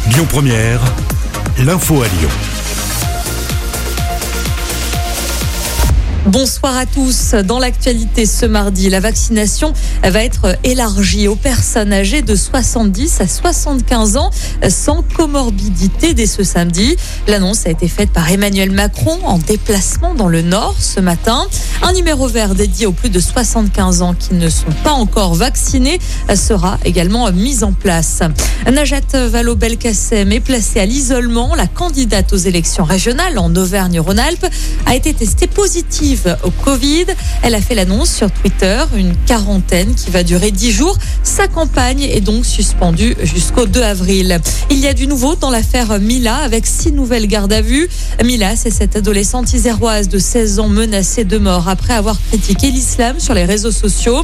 Lyon Première, l'info à Lyon. Bonsoir à tous. Dans l'actualité ce mardi, la vaccination va être élargie aux personnes âgées de 70 à 75 ans sans comorbidité dès ce samedi. L'annonce a été faite par Emmanuel Macron en déplacement dans le Nord ce matin. Un numéro vert dédié aux plus de 75 ans qui ne sont pas encore vaccinés sera également mis en place. Najat Vallaud-Belkacem est placée à l'isolement. La candidate aux élections régionales en Auvergne-Rhône-Alpes a été testée positive au Covid. Elle a fait l'annonce sur Twitter, une quarantaine qui va durer 10 jours. Sa campagne est donc suspendue jusqu'au 2 avril. Il y a du nouveau dans l'affaire Mila avec 6 nouvelles gardes à vue. Mila, c'est cette adolescente iséroise de 16 ans menacée de mort après avoir critiqué l'islam sur les réseaux sociaux.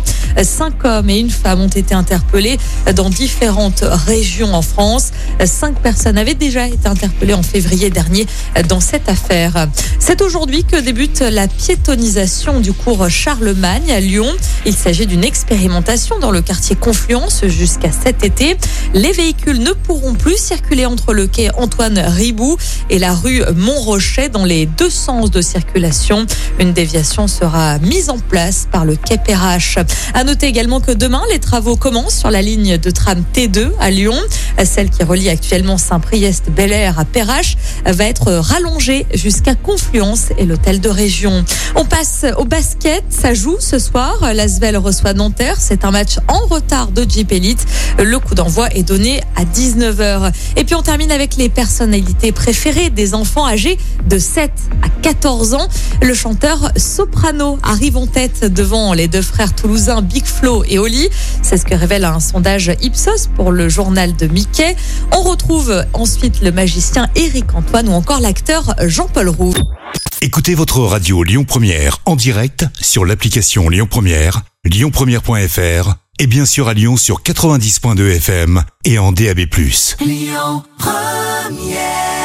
5 hommes et une femme ont été interpellés dans différentes régions en France. 5 personnes avaient déjà été interpellées en février dernier dans cette affaire. C'est aujourd'hui que débute la piétonisation du cours Charlemagne à Lyon. Il s'agit d'une expérimentation dans le quartier Confluence jusqu'à cet été. Les véhicules ne pourront plus circuler entre le quai Antoine Riboud et la rue Montrochet dans les deux sens de circulation. Une déviation sera mise en place par le quai Perrache. À noter également que demain, les travaux commencent sur la ligne de tram T2 à Lyon. Celle qui relie actuellement Saint-Priest-Bel-Air à Perrache va être rallongée jusqu'à Confluence et l'hôtel de région. On passe au basket. Ça joue ce soir. L'Asvel reçoit Nanterre. C'est un match en retard de Jeep Elite. Le coup d'envoi est donné à 19h. Et puis on termine avec les personnalités préférées des enfants âgés de 7 à 14 ans. Le chanteur Soprano arrive en tête devant les deux frères toulousains Big Flo et Oli. C'est ce que révèle un sondage Ipsos pour le journal de Mickey. On retrouve ensuite le magicien Éric Antoine ou encore l'acteur Jean-Paul Roux. Écoutez votre radio Lyon Première en direct sur l'application Lyon Première, lyonpremière.fr et bien sûr à Lyon sur 90.2 FM et en DAB+. Lyon Première.